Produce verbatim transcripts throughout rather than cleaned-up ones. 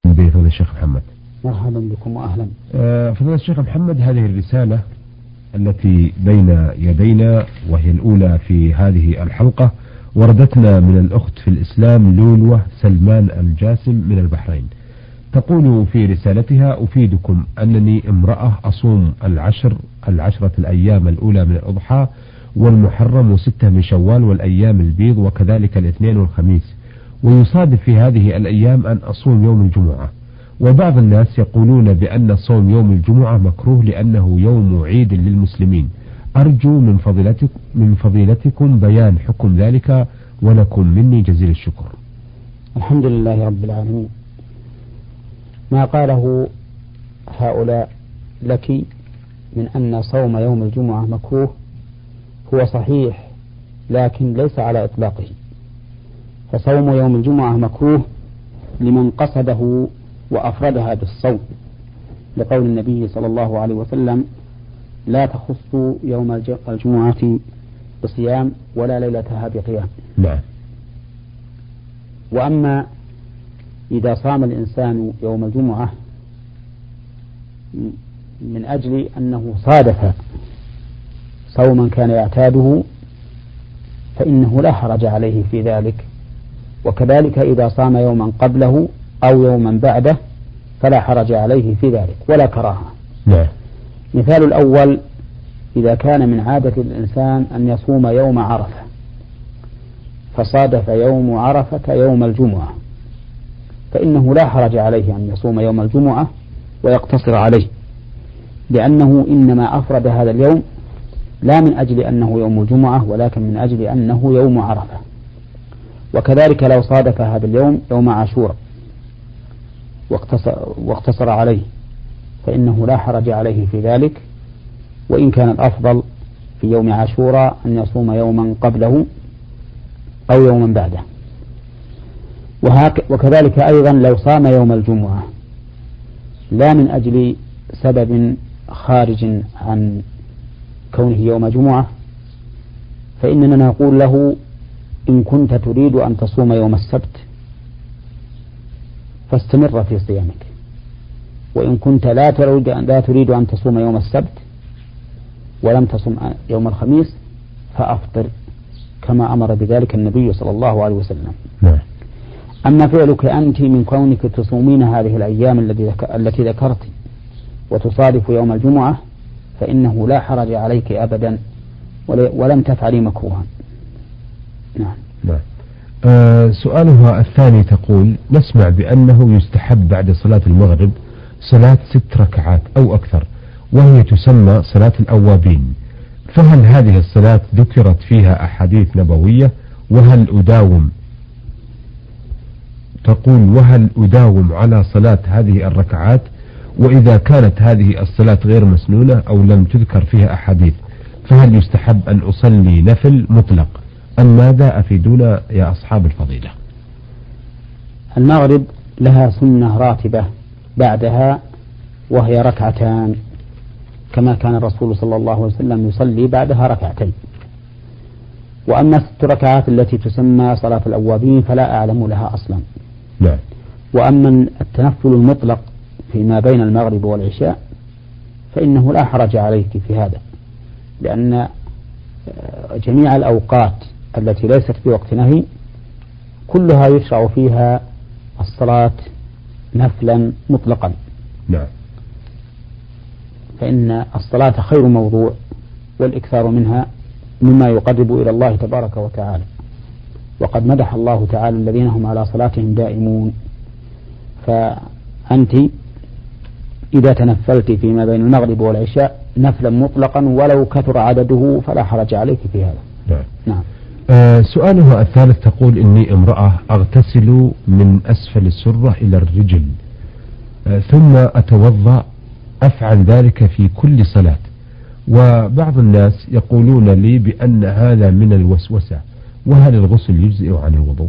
بفضل الشيخ محمد. مرحبا بكم وأهلا. فضل الشيخ محمد، هذه الرسالة التي بين يدينا وهي الأولى في هذه الحلقة وردتنا من الأخت في الإسلام لولوة سلمان الجاسم من البحرين. تقول في رسالتها: أفيدكم أنني امرأة أصوم العشر العشرة الأيام الأولى من الأضحى والمحرم وستة من شوال والأيام البيض وكذلك الاثنين والخميس، ويصادف في هذه الأيام أن أصوم يوم الجمعة، وبعض الناس يقولون بأن صوم يوم الجمعة مكروه لأنه يوم عيد للمسلمين. أرجو من فضيلتك من فضيلتكم بيان حكم ذلك، ولكم مني جزيل الشكر. الحمد لله رب العالمين. ما قاله هؤلاء لك من أن صوم يوم الجمعة مكروه هو صحيح، لكن ليس على إطلاقه. فصوم يوم الجمعة مكروه لمن قصده وأفردها بالصوم، لقول النبي صلى الله عليه وسلم: لا تخصوا يوم الجمعة بصيام ولا ليلتها بقيام. نعم. وأما إذا صام الإنسان يوم الجمعة من أجل أنه صادف صوما كان يعتاده فإنه لا حرج عليه في ذلك، وكذلك إذا صام يوما قبله أو يوما بعده فلا حرج عليه في ذلك ولا كراهة. نعم. مثال الأول: إذا كان من عادة الإنسان أن يصوم يوم عرفة فصادف يوم عرفة يوم الجمعة، فإنه لا حرج عليه أن يصوم يوم الجمعة ويقتصر عليه، لأنه إنما أفرد هذا اليوم لا من أجل أنه يوم الجمعة ولكن من أجل أنه يوم عرفة. وكذلك لو صادف هذا اليوم يوم عاشوراء واقتصر, واقتصر عليه فإنه لا حرج عليه في ذلك، وإن كان الأفضل في يوم عاشوراء أن يصوم يوما قبله أو يوما بعده. وكذلك أيضا لو صام يوم الجمعة لا من أجل سبب خارج عن كونه يوم جمعة، فإننا نقول له: إن كنت تريد أن تصوم يوم السبت فاستمر في صيامك، وإن كنت لا تريد لا تريد أن تصوم يوم السبت ولم تصم يوم الخميس فأفطر، كما أمر بذلك النبي صلى الله عليه وسلم. نعم. أما فعلك أنت من كونك تصومين هذه الأيام التي ذكرت وتصادف يوم الجمعة فإنه لا حرج عليك أبدا ولم تفعلي مكروها. نعم. نعم. آه سؤالها الثاني تقول: نسمع بأنه يستحب بعد صلاة المغرب صلاة ست ركعات أو أكثر، وهي تسمى صلاة الأوابين، فهل هذه الصلاة ذكرت فيها أحاديث نبوية؟ وهل أداوم تقول وهل أداوم على صلاة هذه الركعات؟ وإذا كانت هذه الصلاة غير مسنونة أو لم تذكر فيها أحاديث فهل يستحب أن أصلي نفل مطلق أم ماذا؟ أفيدونا يا أصحاب الفضيلة. المغرب لها سنة راتبة بعدها وهي ركعتان، كما كان الرسول صلى الله عليه وسلم يصلي بعدها ركعتين. وأما الست ركعات التي تسمى صلاة الأوابين فلا أعلم لها أصلا. نعم. وأما التنفل المطلق فيما بين المغرب والعشاء فإنه لا حرج عليك في هذا، لأن جميع الأوقات التي ليست في وقت نهي كلها يشرع فيها الصلاة نفلا مطلقا. نعم. فإن الصلاة خير موضوع، والإكثار منها مما يقرب إلى الله تبارك وتعالى، وقد مدح الله تعالى الذين هم على صلاتهم دائمون. فأنت إذا تنفلت فيما بين المغرب والعشاء نفلا مطلقا ولو كثر عدده فلا حرج عليك في هذا. نعم. نعم. آه سؤالها الثالث تقول: إني امرأة أغتسل من أسفل السرة إلى الرجل آه ثم أتوضأ، أفعل ذلك في كل صلاة، وبعض الناس يقولون لي بأن هذا من الوسوسة، وهل الغسل يجزئ عن الوضوء؟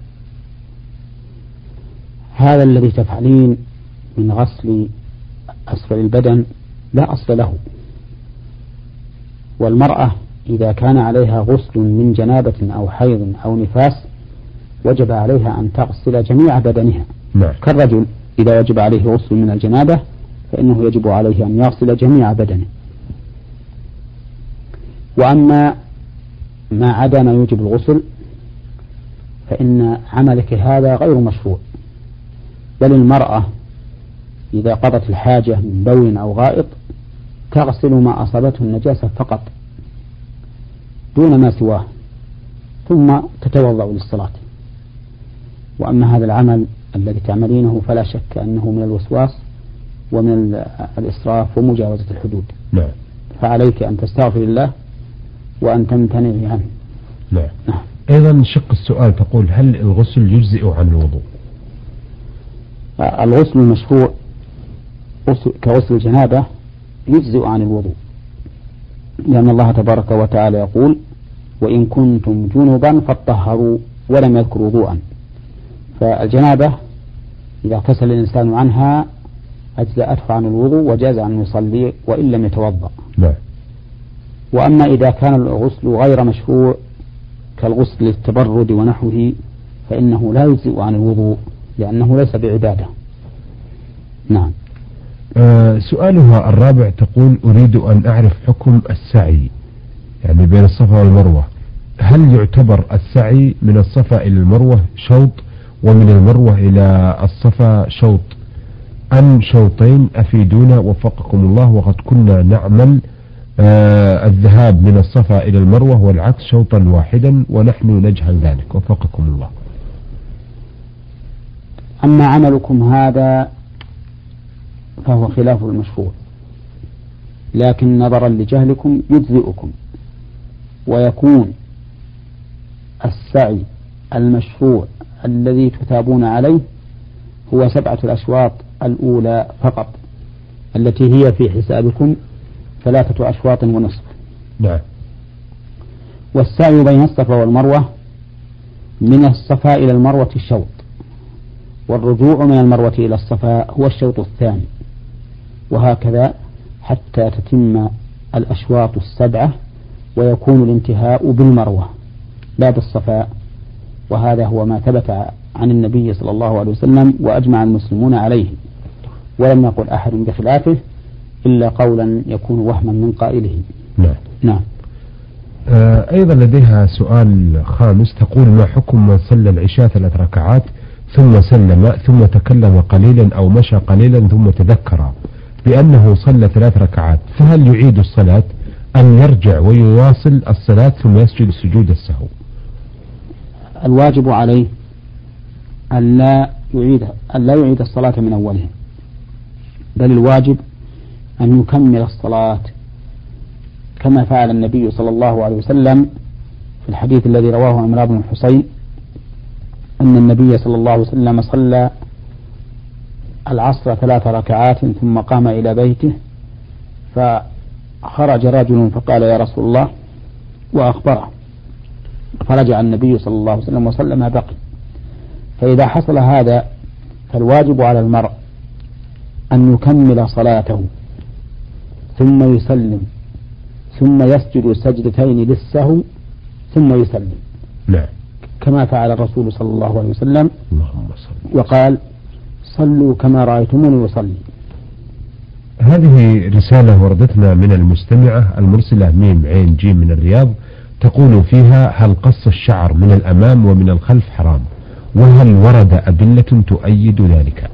هذا الذي تفعلين من غسل أسفل البدن لا أصل له، والمرأة إذا كان عليها غسل من جنابة أو حيض أو نفاس وجب عليها أن تغسل جميع بدنها. نعم. كالرجل إذا وجب عليه غسل من الجنابة فإنه يجب عليه أن يغسل جميع بدنه. وأما ما عدا ما يوجب الغسل فإن عملك هذا غير مشروع، بل المرأة إذا قضت الحاجة من بول أو غائط تغسل ما أصابته النجاسة فقط دون ما سواه، ثم تتوضأ للصلاة. وأما هذا العمل الذي تعملينه فلا شك أنه من الوسواس ومن الإسراف ومجاوزة الحدود. نعم. فعليك أن تستغفر الله وأن تمتنعي عنه. نعم. نعم. أيضا شق السؤال تقول هل الغسل يجزئ عن الوضوء؟ الغسل المشروع كغسل الجنابة يجزئ عن الوضوء، لأن الله تبارك وتعالى يقول وإن كنتم جنبا فاطهروا ولم يذكر وضوءا. فالجنابة إذا اغتسل الإنسان عنها أجزأته عن الوضوء وجاز أن يصلي وإن لم يتوضأ. نعم. وأما إذا كان الغسل غير مشروع كالغسل للتبرد ونحوه فإنه لا يجزئ عن الوضوء لأنه ليس بعبادة. نعم. آه سؤالها الرابع تقول أريد أن أعرف حكم السعي يعني بين الصفا والمروة، هل يعتبر السعي من الصفا إلى المروة شوط ومن المروة إلى الصفا شوط أم شوطين؟ أفيدونا وفقكم الله، وقد كنا نعمل آه الذهاب من الصفا إلى المروة والعكس شوطا واحدا ونحن نجهل ذلك وفقكم الله. أما عملكم هذا فهو خلاف المشروع، لكن نظرا لجهلكم يجزئكم، ويكون السعي المشروع الذي تثابون عليه هو سبعة الأشواط الأولى فقط التي هي في حسابكم ثلاثة أشواط ونصف. نعم. والسعي بين الصفا والمروة من الصفا إلى المروة الشوط، والرجوع من المروة إلى الصفا هو الشوط الثاني، وهكذا حتى تتم الأشواط السبعة ويكون الانتهاء بالمروة لا بالصفا. وهذا هو ما ثبت عن النبي صلى الله عليه وسلم وأجمع المسلمون عليه، ولم يقل أحد بخلافه إلا قولا يكون وهما من قائله. نعم. نعم. آه أيضا لديها سؤال خامس تقول ما حكم من صلى العشاء ثلاث ركعات ثم سلم ثم تكلم قليلا أو مشى قليلا ثم تذكر بأنه صلى ثلاث ركعات، فهل يعيد الصلاة أن يرجع ويواصل الصلاة ثم يسجد سجود السهو؟ الواجب عليه أن لا يعيد أن لا يعيد الصلاة من أولها، بل الواجب أن يكمل الصلاة كما فعل النبي صلى الله عليه وسلم في الحديث الذي رواه عمران بن الحصين أن النبي صلى الله عليه وسلم صلى العصر ثلاث ركعات ثم قام إلى بيته، فخرج رجل فقال يا رسول الله وأخبره، فرجع النبي صلى الله عليه وسلم وصلى ما بقي. فإذا حصل هذا فالواجب على المرء أن يكمل صلاته ثم يسلم ثم يسجد سجدتين للسهو ثم يسلم. نعم. كما فعل الرسول صلى الله عليه وسلم اللهم صل. وقال صلوا كما رأيتموني يصلي. هذه رسالة وردتنا من المستمعة المرسلة ميم عين جيم من الرياض تقول فيها هل قص الشعر من الأمام ومن الخلف حرام، وهل ورد أدلة تؤيد ذلك؟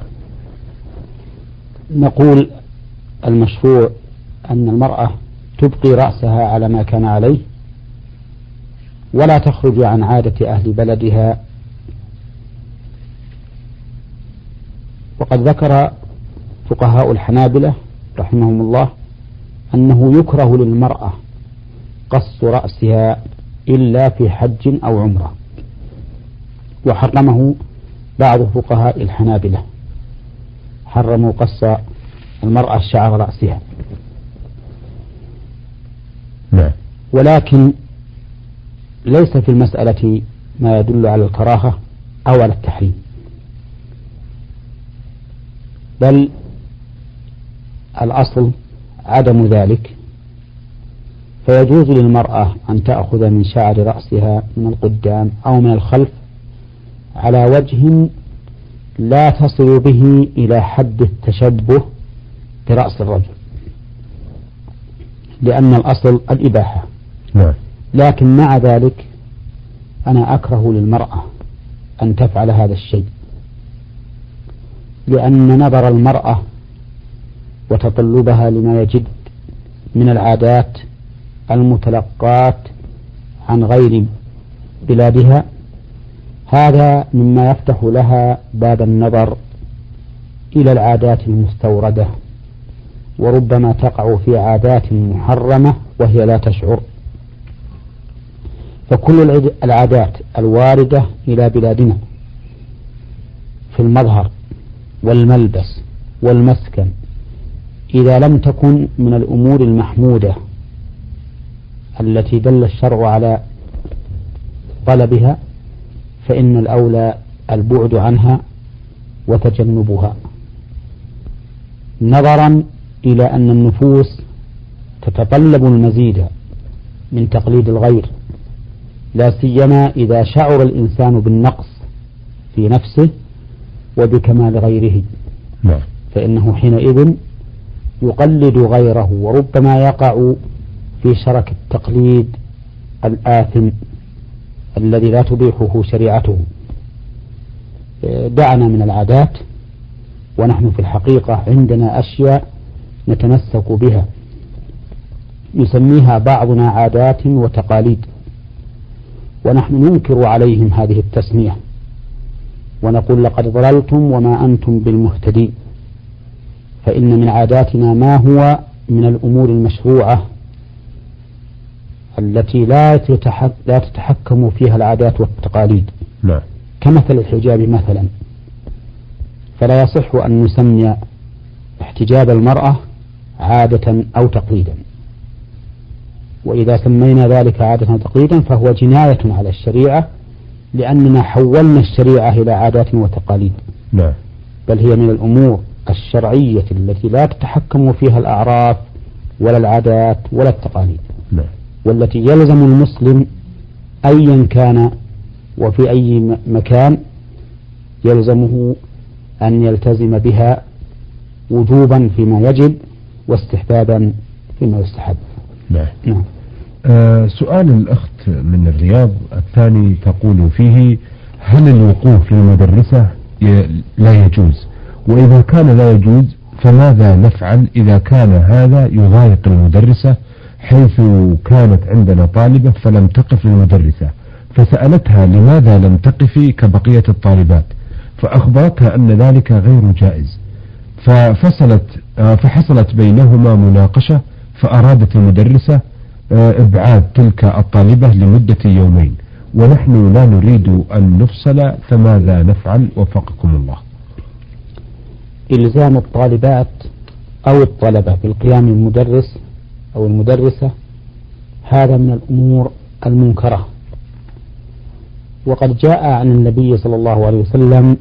نقول المشروع أن المرأة تبقي رأسها على ما كان عليه ولا تخرج عن عادة أهل بلدها. وقد ذكر فقهاء الحنابلة رحمهم الله أنه يكره للمرأة قص رأسها إلا في حج أو عمرة، وحرمه بعض فقهاء الحنابلة، حرموا قص المرأة شعر رأسها. نعم. ولكن ليس في المسألة ما يدل على الكراهة أو على التحريم، بل الأصل عدم ذلك، فيجوز للمرأة أن تأخذ من شعر رأسها من القدام أو من الخلف على وجه لا تصل به إلى حد التشبه برأس الرجل، لأن الأصل الإباحة. نعم. لكن مع ذلك أنا أكره للمرأة أن تفعل هذا الشيء، لأن نظر المرأة وتطلبها لما يجد من العادات المتلقاة عن غير بلادها هذا مما يفتح لها باب النظر إلى العادات المستوردة، وربما تقع في عادات محرمة وهي لا تشعر. فكل العادات الواردة إلى بلادنا في المظهر والملبس والمسكن إذا لم تكن من الأمور المحمودة التي دل الشرع على طلبها فإن الأولى البعد عنها وتجنبها، نظرا إلى أن النفوس تتطلب المزيد من تقليد الغير، لا سيما إذا شعر الإنسان بالنقص في نفسه وبكمال غيره، فإنه حينئذ يقلد غيره وربما يقع في شرك التقليد الآثم الذي لا تبيحه شريعته. دعنا من العادات، ونحن في الحقيقة عندنا أشياء نتمسك بها يسميها بعضنا عادات وتقاليد، ونحن ننكر عليهم هذه التسمية ونقول لقد ضللتم وما أنتم بالمهتدين، فإن من عاداتنا ما هو من الأمور المشروعة التي لا لا تتحكم فيها العادات والتقاليد. لا. كمثل الحجاب مثلا، فلا يصح أن نسمي احتجاب المرأة عادة أو تقليدا، وإذا سمينا ذلك عادة أو تقليدا فهو جناية على الشريعة، لأننا حولنا الشريعة إلى عادات وتقاليد. لا. بل هي من الأمور الشرعية التي لا تتحكم فيها الأعراف ولا العادات ولا التقاليد. لا. والتي يلزم المسلم أيا كان وفي أي مكان يلزمه أن يلتزم بها وجوبا فيما يجب واستحبابا فيما يستحب. نعم. نعم. آه سؤال الأخت من الرياض الثاني تقول فيه: هل الوقوف للمدرسة لا يجوز؟ وإذا كان لا يجوز فماذا نفعل إذا كان هذا يضايق المدرسة، حيث كانت عندنا طالبة فلم تقف للمدرسة فسألتها لماذا لم تقفي كبقية الطالبات، فأخبرتها أن ذلك غير جائز، ففصلت فحصلت بينهما مناقشة، فأرادت المدرسة إبعاد تلك الطالبة لمدة يومين، ونحن لا نريد أن نفصل، فماذا نفعل وفقكم الله؟ إلزام الطالبات أو الطلبة بالقيام المدرس أو المدرسة هذا من الأمور المنكرة، وقد جاء عن النبي صلى الله عليه وسلم: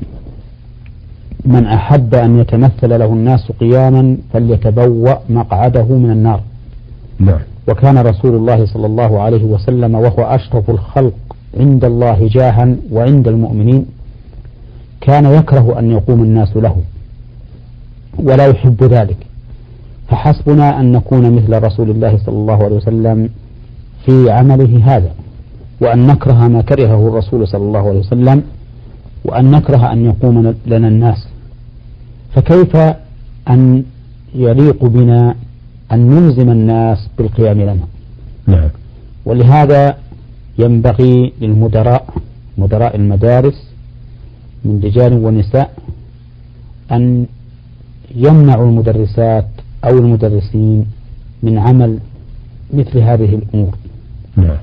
من أحب أن يتمثل له الناس قياما فليتبوأ مقعده من النار. نعم. وكان رسول الله صلى الله عليه وسلم وهو أشرف الخلق عند الله جاها وعند المؤمنين كان يكره أن يقوم الناس له ولا يحب ذلك، فحسبنا أن نكون مثل رسول الله صلى الله عليه وسلم في عمله هذا، وأن نكره ما كرهه الرسول صلى الله عليه وسلم، وأن نكره أن يقوم لنا الناس. فكيف أن يليق بنا أن نلزم الناس بالقيام لنا؟ نعم. ولهذا ينبغي للمدراء مدراء المدارس من رجال ونساء أن يمنعوا المدرسات أو المدرسين من عمل مثل هذه الأمور. نعم.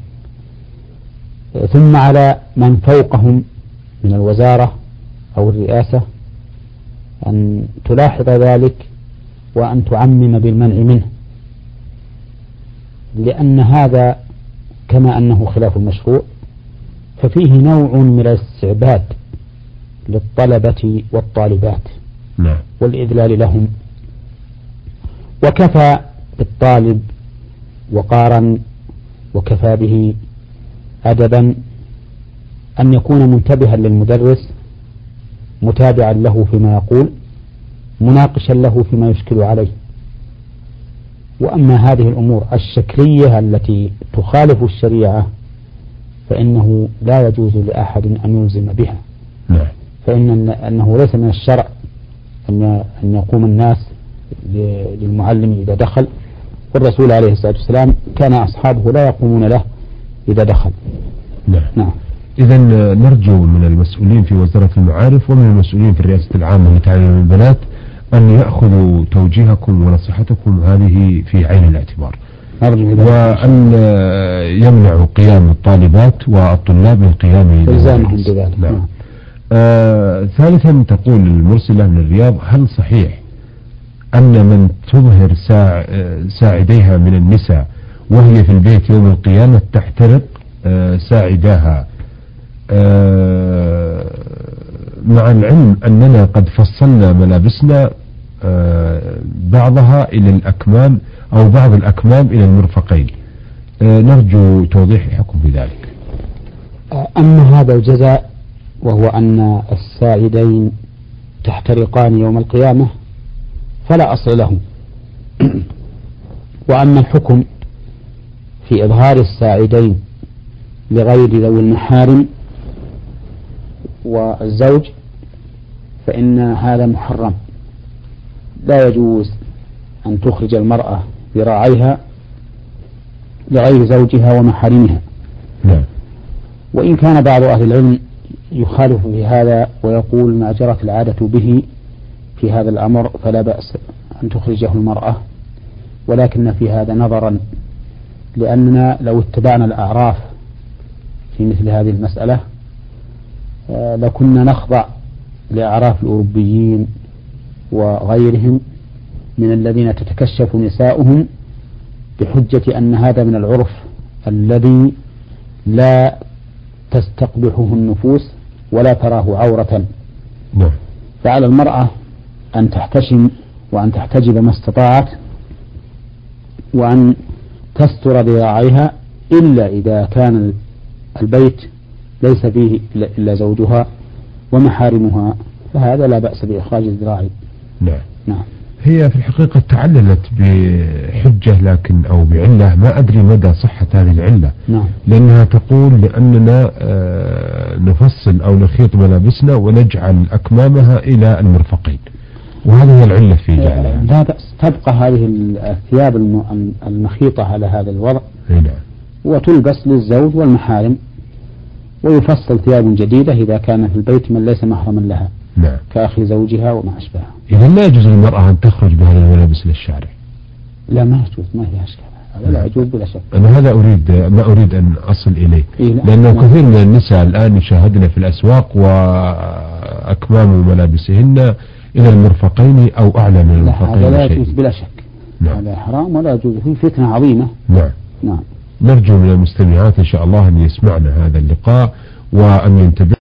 ثم على من فوقهم من الوزارة أو الرئاسة أن تلاحظ ذلك وأن تعمم بالمنع منه، لأن هذا كما أنه خلاف المشروع ففيه نوع من الاستعباد للطلبة والطالبات. نعم. والإذلال لهم. وكفى بالطالب وقارا وكفى به أدبا أن يكون منتبها للمدرس متابعا له فيما يقول، مناقشا له فيما يشكل عليه. وأما هذه الأمور الشكلية التي تخالف الشريعة فإنه لا يجوز لأحد أن يلزم بها. نعم. فإن أنه ليس من الشرع أن أن يقوم الناس للمعلم إذا دخل، والرسول عليه الصلاة والسلام كان أصحابه لا يقومون له إذا دخل. نعم. نعم. إذا نرجو من المسؤولين في وزارة المعارف ومن المسؤولين في الرئاسة العامة لتعليم البنات أن يأخذوا توجيهكم ونصيحتكم هذه في عين الاعتبار، وأن يمنعوا قيام الطالبات والطلاب من قيام بذلك. نعم. آه ثالثا تقول المرسلة من الرياض: هل صحيح أن من تظهر ساع ساعديها من النساء وهي في البيت يوم القيامة تحترق آه ساعداها، آه مع العلم أننا قد فصلنا ملابسنا آه بعضها إلى الأكمام أو بعض الأكمام إلى المرفقين، آه نرجو توضيح الحكم بذلك. أما هذا الجزاء وهو أن الساعدين تحترقان يوم القيامة فلا أصل له. وأما الحكم في إظهار الساعدين لغير ذوي المحارم والزوج فإن هذا محرم، لا يجوز أن تخرج المرأة ذراعيها لغير زوجها ومحارمها. نعم. وإن كان بعض أهل العلم يخالف في هذا ويقول ما جرت العادة به في هذا الأمر فلا بأس أن تخرجه المرأة، ولكن في هذا نظرا، لأننا لو اتبعنا الأعراف في مثل هذه المسألة لكنا نخضع لأعراف الأوروبيين وغيرهم من الذين تتكشف نساؤهم بحجة أن هذا من العرف الذي لا تستقبحه النفوس ولا تراه عورة. نعم. فعلى المرأة أن تحتشم وأن تحتجب ما استطاعت وأن تستر ذراعيها، إلا إذا كان البيت ليس فيه إلا زوجها ومحارمها، فهذا لا بأس بإخراج الذراع. نعم. نعم. هي في الحقيقة تعللت بحجة لكن أو بعلة ما أدري مدى صحة هذه العلة. نعم. لأنها تقول لأننا نفصل أو نخيط ملابسنا ونجعل أكمامها إلى المرفقين، وهذه هي العلة في جعلها. لا بأس، تبقى هذه الثياب المخيطة على هذا الوضع. نعم. وتلبس للزوج والمحارم، ويفصل ثياب جديدة إذا كان في البيت من ليس محرما لها. نعم. كأخي زوجها وما أشبهها. إذا لا يجوز للمرأة أن تخرج بهذه الملابس للشارع. لا ما يجوز، ما هي أشكال، هذا لا يجوز بلا شك. أنا هذا أريد ما أريد أن أصل إليه. إيه لأنه نعم. كثير من النساء الآن يشاهدن في الأسواق وأكمام ملابسهن إلى المرفقين أو أعلى من المرفقين. هذا لا يجوز بلا شك. نعم. هذا حرام ولا يجوز، فيه فتنة عظيمة. نعم. نعم. نرجو من المستمعات إن شاء الله أن يسمعنا هذا اللقاء وأن ينتبه